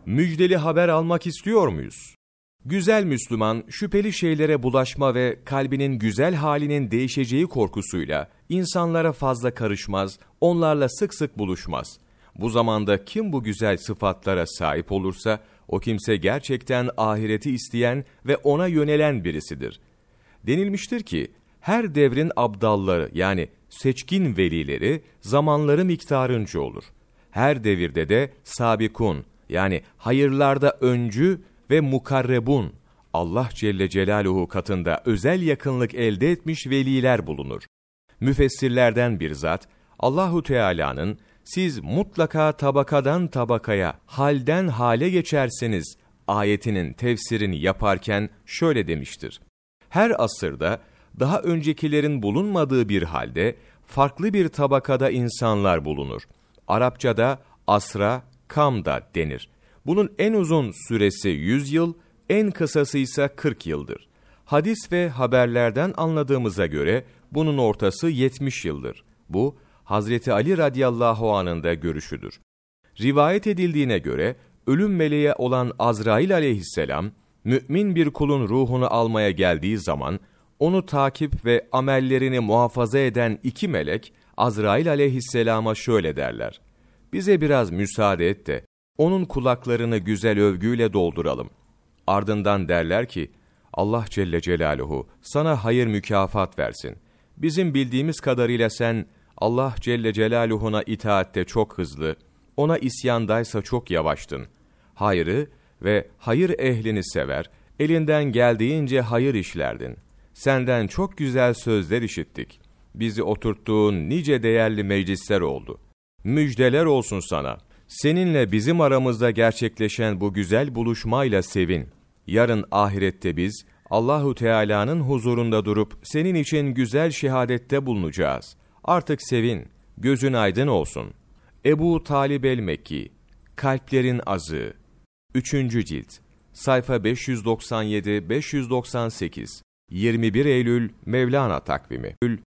Müjdeli haber almak istiyor muyuz? Güzel Müslüman, şüpheli şeylere bulaşma ve kalbinin güzel halinin değişeceği korkusuyla insanlara fazla karışmaz, onlarla sık sık buluşmaz. Bu zamanda kim bu güzel sıfatlara sahip olursa, o kimse gerçekten ahireti isteyen ve ona yönelen birisidir. Denilmiştir ki, her devrin abdalları yani seçkin velileri zamanları miktarınca olur. Her devirde de sabikun yani hayırlarda öncü ve mukarrebun, Allah Celle Celaluhu katında özel yakınlık elde etmiş veliler bulunur. Müfessirlerden bir zat, Allahu Teala'nın siz mutlaka tabakadan tabakaya, halden hale geçerseniz ayetinin tefsirini yaparken şöyle demiştir. Her asırda daha öncekilerin bulunmadığı bir halde farklı bir tabakada insanlar bulunur. Arapçada asra, kamda denir. Bunun en uzun süresi 100 yıl, en kısası ise 40 yıldır. Hadis ve haberlerden anladığımıza göre bunun ortası 70 yıldır. Bu, Hazreti Ali radıyallahu anh'ın da görüşüdür. Rivayet edildiğine göre, ölüm meleği olan Azrail aleyhisselam, mümin bir kulun ruhunu almaya geldiği zaman, onu takip ve amellerini muhafaza eden iki melek, Azrail aleyhisselama şöyle derler: bize biraz müsaade et de, onun kulaklarını güzel övgüyle dolduralım. Ardından derler ki, Allah Celle Celaluhu sana hayır mükafat versin. Bizim bildiğimiz kadarıyla sen, Allah Celle Celaluhu'na itaatte çok hızlı, ona isyandaysa çok yavaştın. Hayrı ve hayır ehlini sever, elinden geldiğince hayır işlerdin. Senden çok güzel sözler işittik. Bizi oturttuğun nice değerli meclisler oldu. Müjdeler olsun sana. Seninle bizim aramızda gerçekleşen bu güzel buluşmayla sevin. Yarın ahirette biz, Allahu Teala'nın huzurunda durup senin için güzel şehadette bulunacağız. Artık sevin, gözün aydın olsun. Ebu Talib el-Mekki, Kalplerin Azığı, 3. cilt, sayfa 597-598, 21 Eylül Mevlana takvimi.